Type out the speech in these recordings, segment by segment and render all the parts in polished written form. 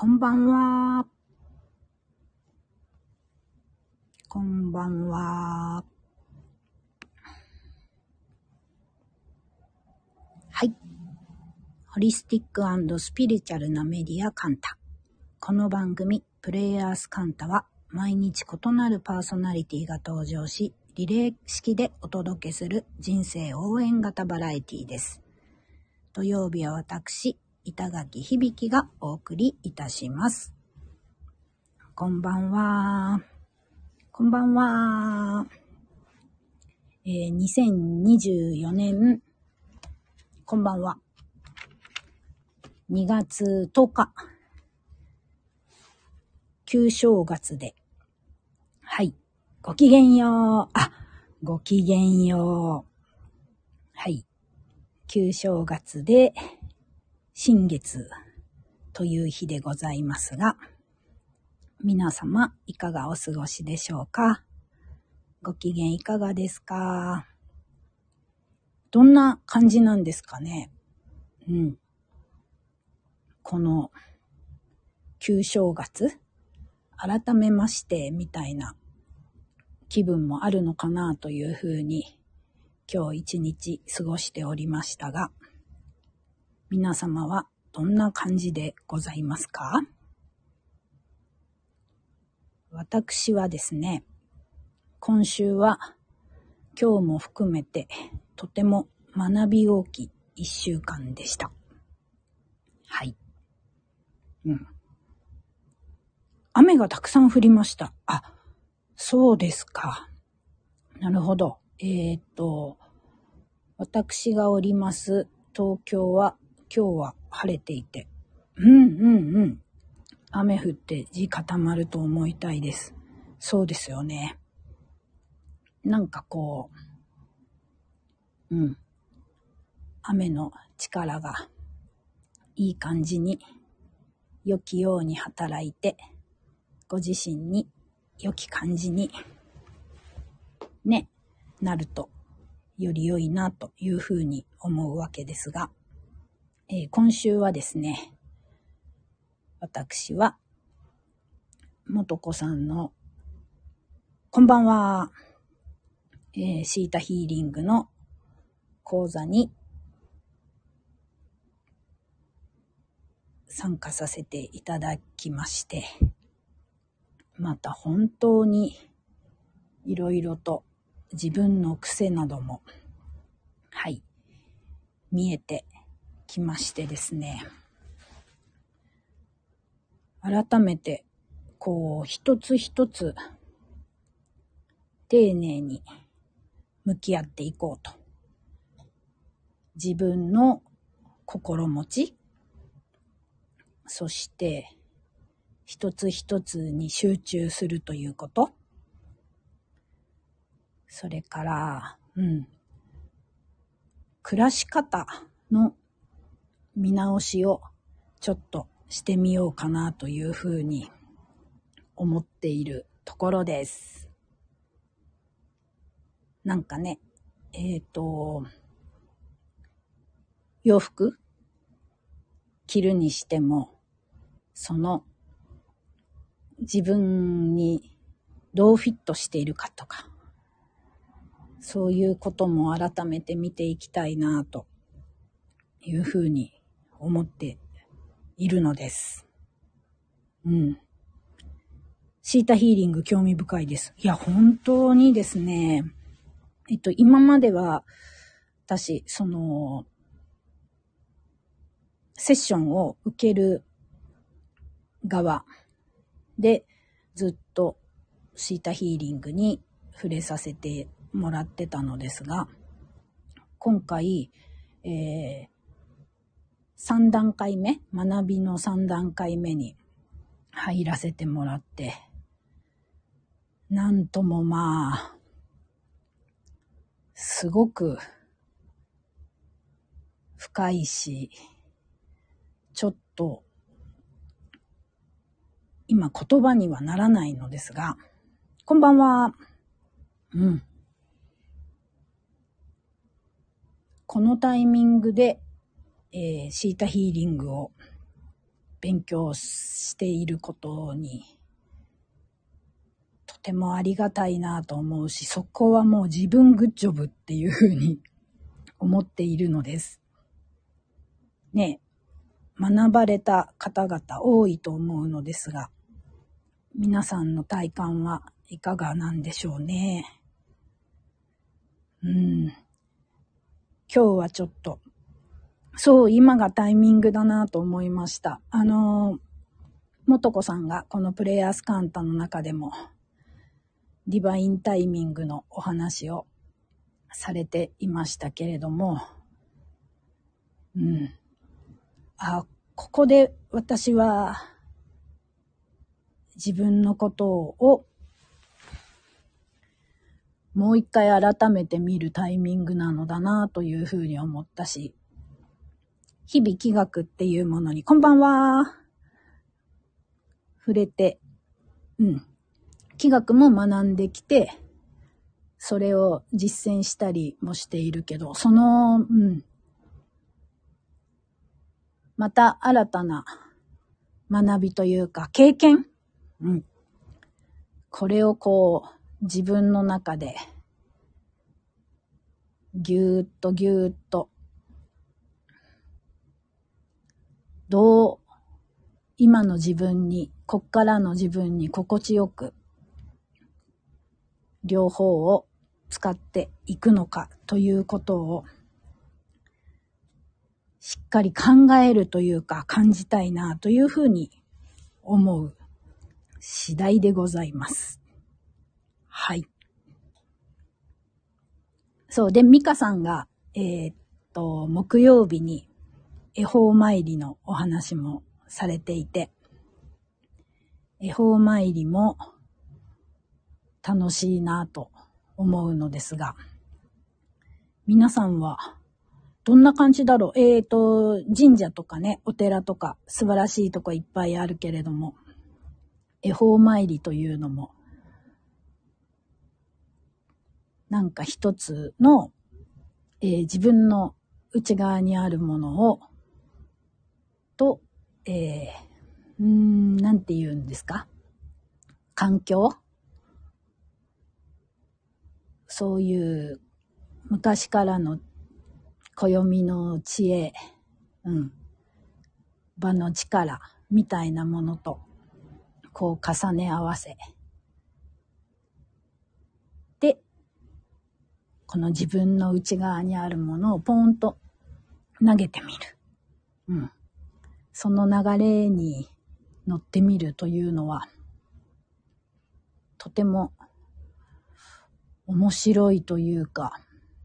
こんばんは。こんばんは。はい。ホリスティック&スピリチュアルなメディアカンタ。この番組、プレイヤースカンタは、毎日異なるパーソナリティが登場し、リレー式でお届けする人生応援型バラエティです。土曜日は私、板垣響がお送りいたします。こんばんは。こんばんは。2024年、こんばんは。2月10日、旧正月で、はい、ごきげんよう。ごきげんよう。はい、旧正月で、新月という日でございますが、皆様いかがお過ごしでしょうか。ご機嫌いかがですか。どんな感じなんですかね。この旧正月改めましてみたいな気分もあるのかなというふうに今日一日過ごしておりましたが、皆様はどんな感じでございますか。私はですね、今週は今日も含めてとても学び多き一週間でした。はい。雨がたくさん降りました。そうですか。なるほど。私がおります東京は今日は晴れていて、雨降って地固まると思いたいです。そうですよね。なんかこう、雨の力がいい感じに良きように働いて、ご自身に良き感じにね、なるとより良いなというふうに思うわけですが、今週はですね、私は元子さんのこんばんは、シータヒーリングの講座に参加させていただきまして、また本当にいろいろと自分の癖なども見えてきましてですね、改めてこう一つ一つ丁寧に向き合っていこうと、自分の心持ち、そして一つ一つに集中するということ、それから暮らし方の見直しをちょっとしてみようかなというふうに思っているところです。なんかね、洋服着るにしても、その自分にどうフィットしているかとか、そういうことも改めて見ていきたいなというふうに思っているのです。シータヒーリング興味深いです。いや、本当にですね、今までは私、セッションを受ける側でずっとシータヒーリングに触れさせてもらってたのですが、今回、3段階目、学びの3段階目に入らせてもらって、なんともすごく深いし、ちょっと今言葉にはならないのですが、こんばんは。このタイミングで、シータヒーリングを勉強していることにとてもありがたいなと思うし、そこはもう自分グッジョブっていうふうに思っているのです。ね、学ばれた方々多いと思うのですが、皆さんの体感はいかがなんでしょうね。今日はちょっと、そう、今がタイミングだなと思いました。もとこさんがこのプレイヤースカンタの中でも、ディバインタイミングのお話をされていましたけれども、ここで私は自分のことをもう一回改めて見るタイミングなのだなというふうに思ったし、日々気学っていうものにこんばんは触れて、気学も学んできて、それを実践したりもしているけど、その、また新たな学びというか経験、これをこう自分の中でぎゅーっとどう今の自分に、こっからの自分に心地よく両方を使っていくのかということをしっかり考えるというか感じたいなというふうに思う次第でございます。はい。そうで、ミカさんが木曜日に恵方参りのお話もされていて、恵方参りも楽しいなと思うのですが、皆さんはどんな感じだろう。神社とかね、お寺とか素晴らしいとこいっぱいあるけれども、恵方参りというのもなんか一つの、自分の内側にあるものをと、なんて言うんですか、環境、そういう昔からの暦の知恵、場の力みたいなものとこう重ね合わせで、この自分の内側にあるものをポーンと投げてみる。その流れに乗ってみるというのはとても面白いというか、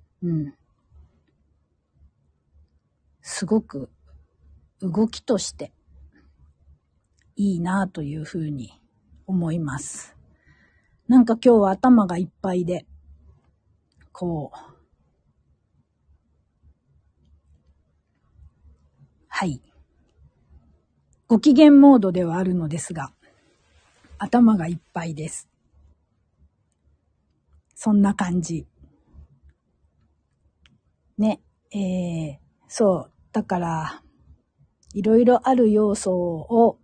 すごく動きとしていいなというふうに思います。なんか今日は頭がいっぱいで、こう、はい。ご機嫌モードではあるのですが、頭がいっぱいです。そんな感じ。ね。そう。だから、いろいろある要素を、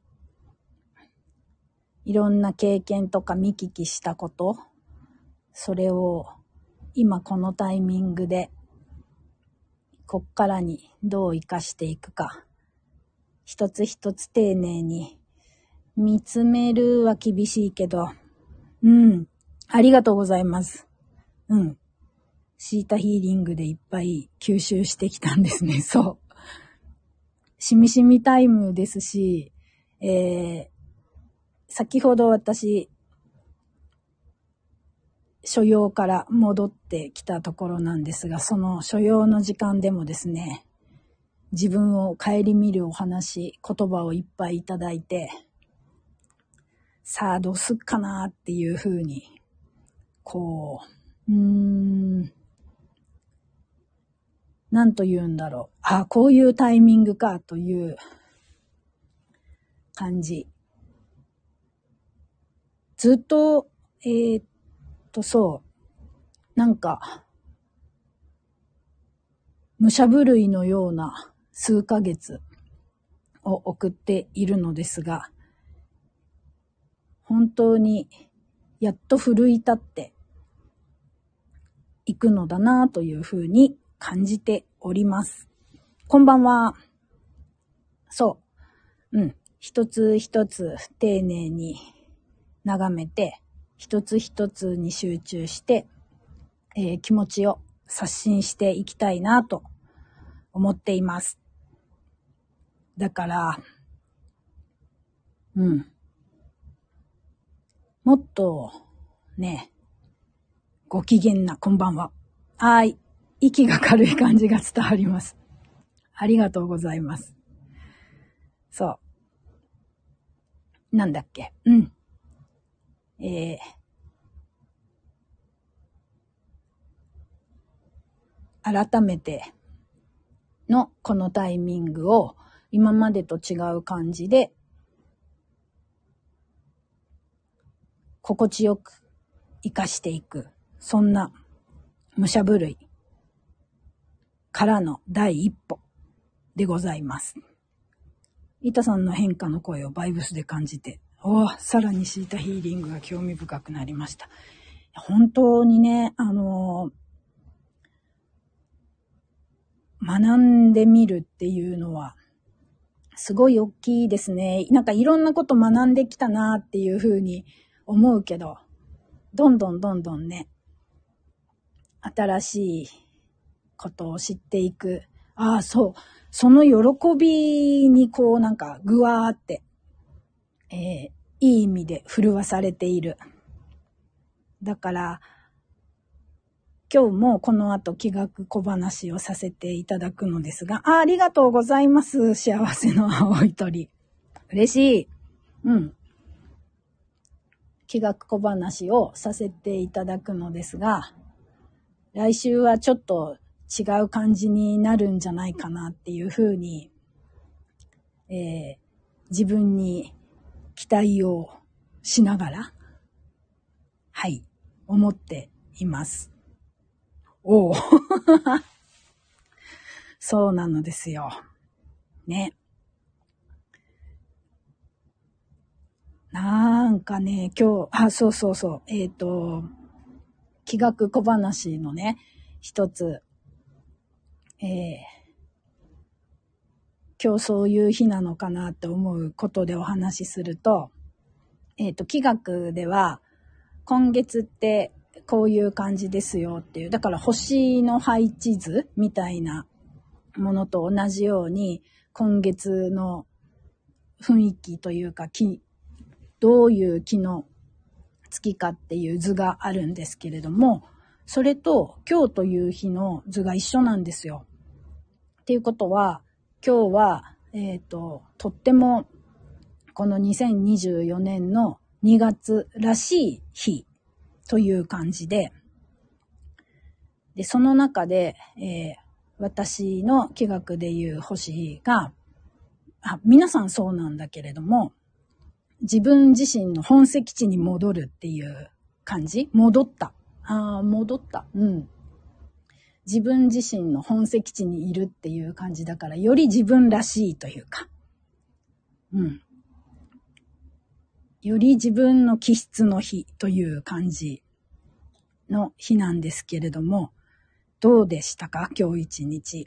いろんな経験とか見聞きしたこと、それを今このタイミングで、こっからにどう生かしていくか、一つ一つ丁寧に見つめるは厳しいけど、ありがとうございます。シータヒーリングでいっぱい吸収してきたんですね。そう。しみしみタイムですし、先ほど私、所用から戻ってきたところなんですが、その所用の時間でもですね、自分を顧みるお話、言葉をいっぱいいただいて、さあどうすっかなっていうふうに、こう、なんと言うんだろう。こういうタイミングかという感じ。ずっと、そう、なんか、武者震いのような数ヶ月を送っているのですが、本当にやっと奮い立っていくのだなというふうに感じております。こんばんは。そう。一つ一つ丁寧に眺めて、一つ一つに集中して、気持ちを刷新していきたいなと思っています。だから、もっとね、ご機嫌なこんばんは。息が軽い感じが伝わります。ありがとうございます。そう。なんだっけ。改めてのこのタイミングを今までと違う感じで心地よく活かしていく、そんな武者震いからの第一歩でございます。板さんの変化の声をバイブスで感じて、さらにシータヒーリングが興味深くなりました。本当にね、学んでみるっていうのはすごい大きいですね。なんかいろんなこと学んできたなっていうふうに思うけど、どんどんね、新しいことを知っていく。その喜びにこうなんかぐわーって、いい意味で震わされている。だから、今日もこの後気学小話をさせていただくのですが、ありがとうございます。幸せの青い鳥。嬉しい。気学小話をさせていただくのですが、来週はちょっと違う感じになるんじゃないかなっていうふうに、自分に期待をしながら、思っています。そうなのですよ。ね。なんかね、今日、そう。気学小話のね、一つ、今日そういう日なのかなって思うことでお話しすると、気学では、今月ってこういう感じですよっていう、だから星の配置図みたいなものと同じように、今月の雰囲気というか、どういう気の月かっていう図があるんですけれども、それと今日という日の図が一緒なんですよ。っていうことは、今日は、とってもこの2024年の2月らしい日という感じで、その中で、私の気学でいう星が、皆さんそうなんだけれども、自分自身の本石地に戻るっていう感じ？戻った。自分自身の本石地にいるっていう感じだから、より自分らしいというか、より自分の気質の日という感じの日なんですけれども、どうでしたか？今日一日。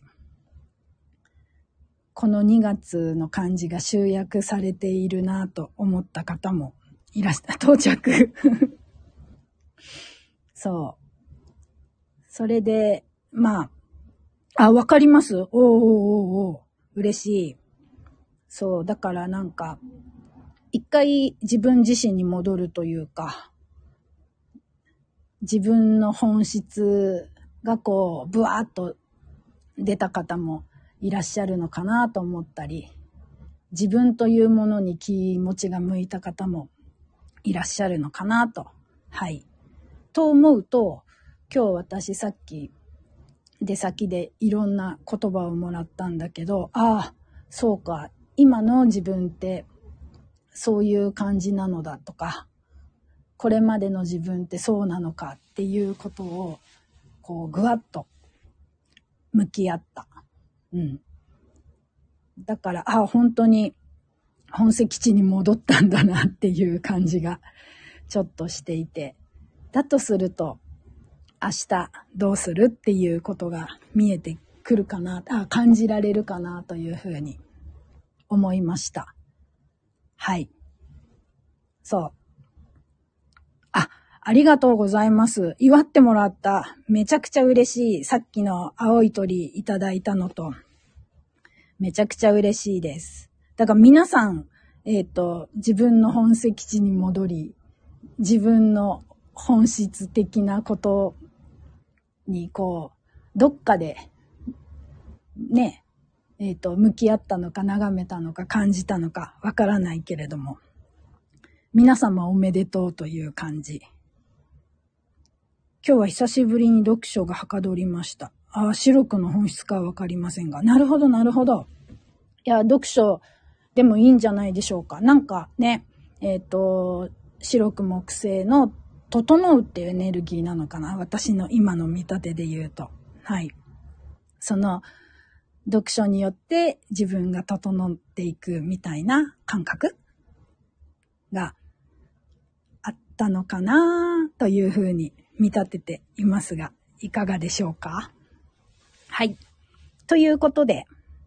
この2月の感じが集約されているなと思った方もいらした。到着。そう。それで、わかります。嬉しい。そう、だからなんか、一回自分自身に戻るというか、自分の本質がこう、ブワーっと出た方もいらっしゃるのかなと思ったり、自分というものに気持ちが向いた方もいらっしゃるのかなと。と思うと、今日私さっき出先でいろんな言葉をもらったんだけど、そうか、今の自分ってそういう感じなのだとか、これまでの自分ってそうなのかっていうことをこうぐわっと向き合った。 だから、本当に本籍地に戻ったんだなっていう感じがちょっとしていて、だとすると明日どうするっていうことが見えてくるかな、感じられるかなというふうに思いました。はい。そう。ありがとうございます。祝ってもらった。めちゃくちゃ嬉しい。さっきの青い鳥いただいたのと、めちゃくちゃ嬉しいです。だから皆さん、自分の本籍地に戻り、自分の本質的なことにどっかで、ね、向き合ったのか、眺めたのか、感じたのか、わからないけれども、皆様おめでとうという感じ。今日は久しぶりに読書がはかどりました。白くの本質かはわかりませんが。なるほど、なるほど。いや、読書でもいいんじゃないでしょうか。なんかね、白く木星の整うっていうエネルギーなのかな。私の今の見立てで言うと。はい。その、読書によって自分が整っていくみたいな感覚があったのかなというふうに見立てていますが、いかがでしょうか？はい。ということで、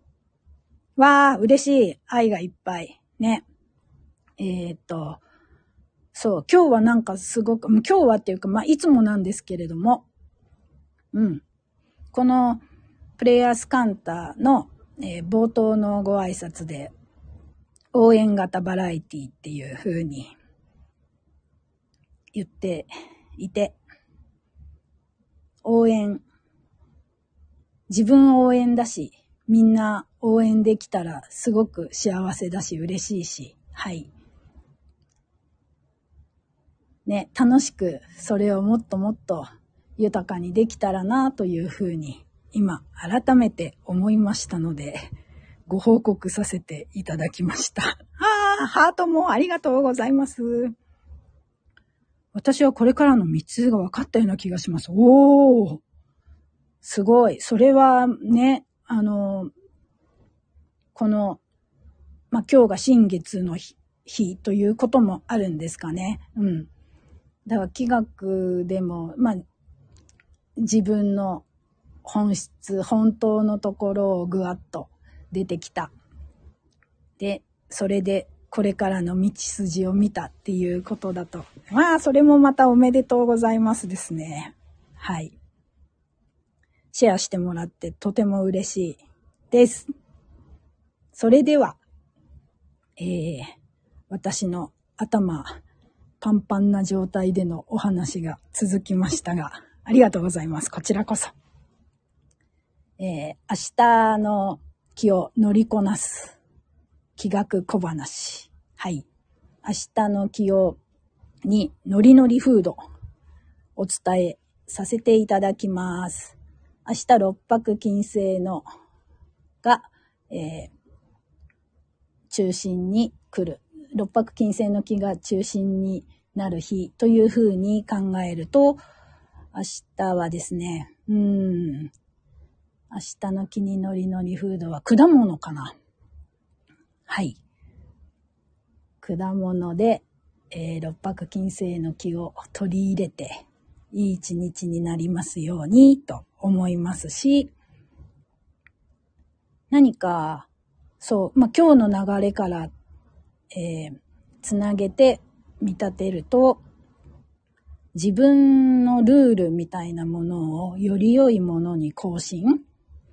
嬉しい。愛がいっぱい。ね。そう、今日はなんかすごく、今日はっていうか、いつもなんですけれども、このプレイヤースカンタの、冒頭のご挨拶で、応援型バラエティっていう風に言っていて、自分応援だし、みんな応援できたらすごく幸せだし嬉しいし、はい。ね、楽しくそれをもっともっと豊かにできたらなというふうに今改めて思いましたので、ご報告させていただきました。ハートもありがとうございます。私はこれからの道が分かったような気がします。すごい。それはね、この、今日が新月の日ということもあるんですかね。だから気学でも、自分の本質、本当のところをぐわっと出てきた。で、それでこれからの道筋を見たっていうことだと。それもまたおめでとうございますですね。はい。シェアしてもらってとても嬉しいです。それでは、私の頭パンパンな状態でのお話が続きましたが、ありがとうございます。こちらこそ。明日の気を乗りこなす気学小話。はい。明日の気をにノリノリフードお伝えさせていただきます。明日六白金星のが、中心に来る。六白金星の気が中心になる日というふうに考えると、明日はですね、明日の気にノリノリフードは果物かな。はい。果物で、六白金星の気を取り入れて、いい一日になりますようにと思いますし、何か、今日の流れから、つなげて見立てると、自分のルールみたいなものをより良いものに更新、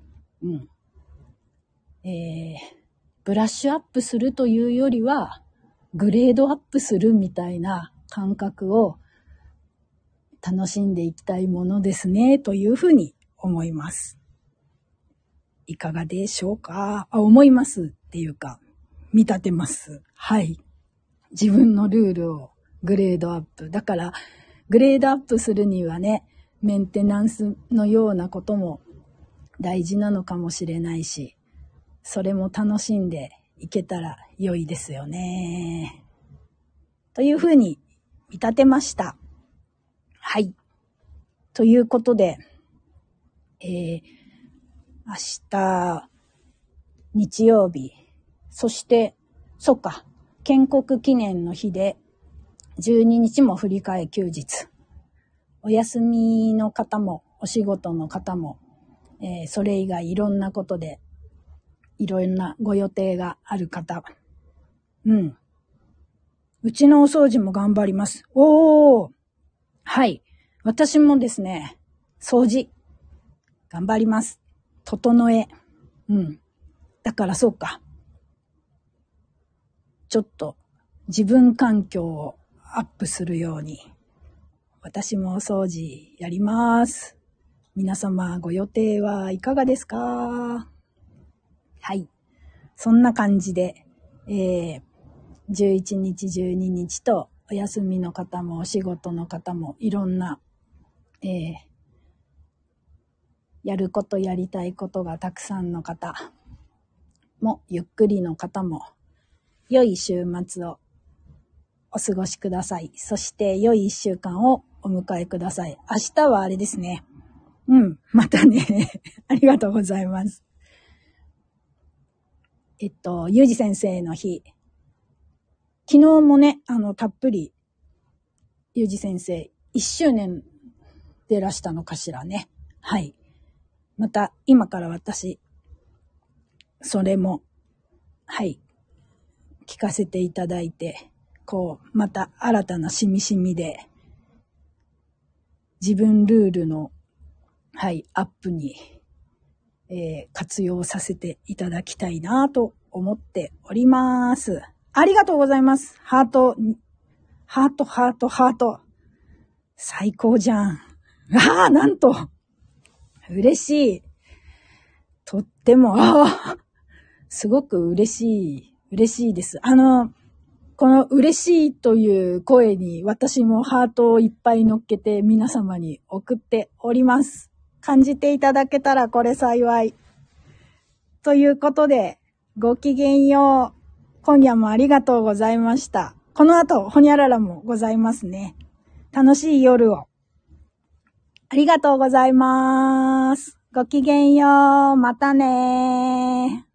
ブラッシュアップするというよりは、グレードアップするみたいな感覚を楽しんでいきたいものですね、というふうに思います。いかがでしょうか？思いますっていうか、見立てます。はい。自分のルールをグレードアップ。だから、グレードアップするにはね、メンテナンスのようなことも大事なのかもしれないし、それも楽しんでいけたら良いですよね。というふうに見立てました。はい。ということで、明日日曜日、そして、そっか、建国記念の日で、12日も振り替え休日。お休みの方も、お仕事の方も、それ以外いろんなことで、いろんなご予定がある方。うちのお掃除も頑張ります。はい。私もですね、掃除、頑張ります。整え。だからそうか。ちょっと自分環境をアップするように、私もお掃除やります。皆様ご予定はいかがですか？はい。そんな感じで、11日、12日とお休みの方もお仕事の方もいろんな、やることやりたいことがたくさんの方もゆっくりの方も良い週末をお過ごしください。そして良い1週間をお迎えください。明日はあれですね。またね。ありがとうございます。ゆうじ先生の日。昨日もね、たっぷり、ゆうじ先生、1周年でらしたのかしらね。はい。また、今から私、それも、はい、聞かせていただいて、また新たなしみしみで、自分ルールの、はい、アップに、活用させていただきたいなと思っております。ありがとうございます。ハート。最高じゃん。なんと。嬉しい。とっても、すごく嬉しいです。この嬉しいという声に私もハートをいっぱい乗っけて皆様に送っております。感じていただけたらこれ幸い。ということで、ごきげんよう。今夜もありがとうございました。この後、ほにゃららもございますね。楽しい夜を。ありがとうございます。ごきげんよう。またねー。